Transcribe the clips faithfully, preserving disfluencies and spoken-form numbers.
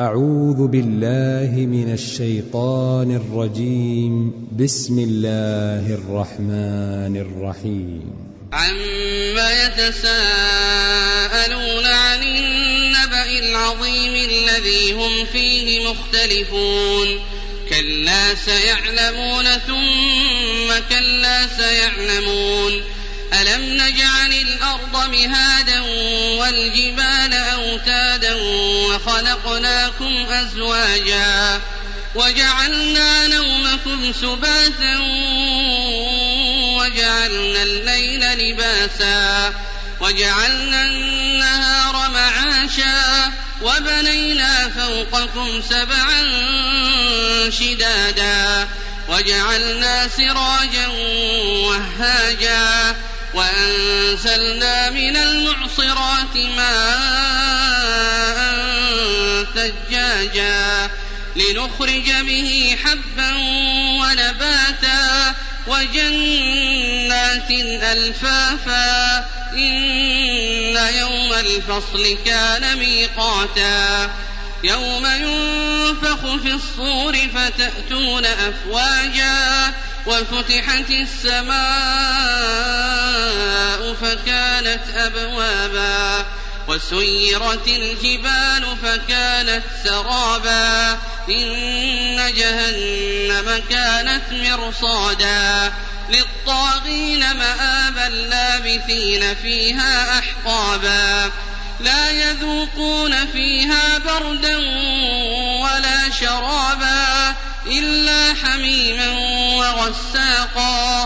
أعوذ بالله من الشيطان الرجيم. بسم الله الرحمن الرحيم. عما يتساءلون عن النبأ العظيم الذي هم فيه مختلفون كلا سيعلمون ثم كلا سيعلمون ألم نجعل الأرض مهادا والجبال أوتادا وخلقناكم أزواجا وجعلنا نومكم سباتا وجعلنا الليل لباسا وجعلنا النهار معاشا وبنينا فوقكم سبعا شدادا وجعلنا سراجا وهاجا وأنزلنا من المعصرات ماء ثجاجا لنخرج به حبا ونباتا وجنات ألفافا إن يوم الفصل كان ميقاتا يوم ينفخ في الصور فتأتون أفواجا وفتحت السماء فكانت أبوابا وسيرت الجبال فكانت سرابا إن جهنم كانت مرصادا للطاغين مآبا لابثين فيها أحقابا لا يذوقون فيها بردا ولا شرابا إلا حميما وغساقا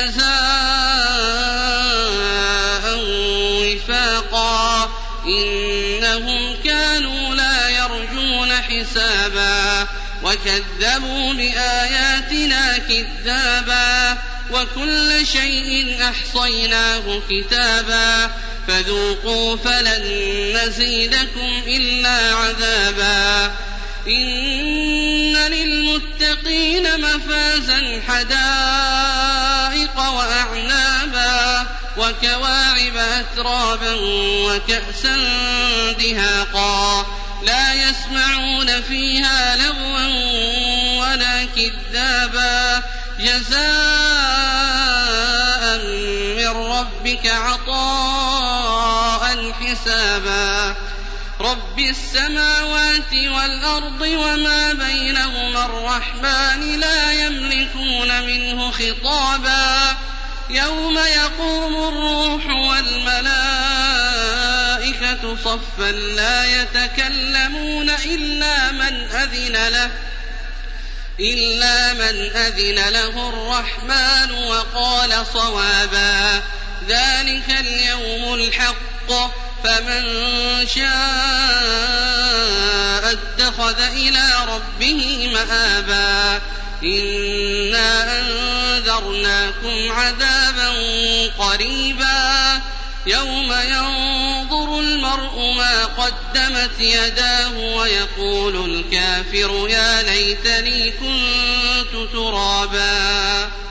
جزاء وفاقا إنهم كانوا لا يرجون حسابا وكذبوا بآياتنا كذابا وكل شيء أحصيناه كتابا فذوقوا فلن نزيدكم إلا عذابا إن للمتقين مفازا حدائق وأعنابا وكواعب أترابا وكأسا دهاقا لا يسمعون فيها لغوا ولا كذابا جزاء من ربك عطاء حسابا رب السماوات والأرض وما بينهما الرحمن لا يملكون منه خطابا يوم يقوم الروح والملائكة صفا لا يتكلمون إلا من أذن له إلا من أذن له الرحمن وقال صوابا ذلك اليوم الحق فمن شاء اتخذ إلى ربه مآبا إنا أنذرناكم عذابا قريبا يوم ينظر المرء ما قدمت يداه ويقول الكافر يا ليتني كنت ترابا.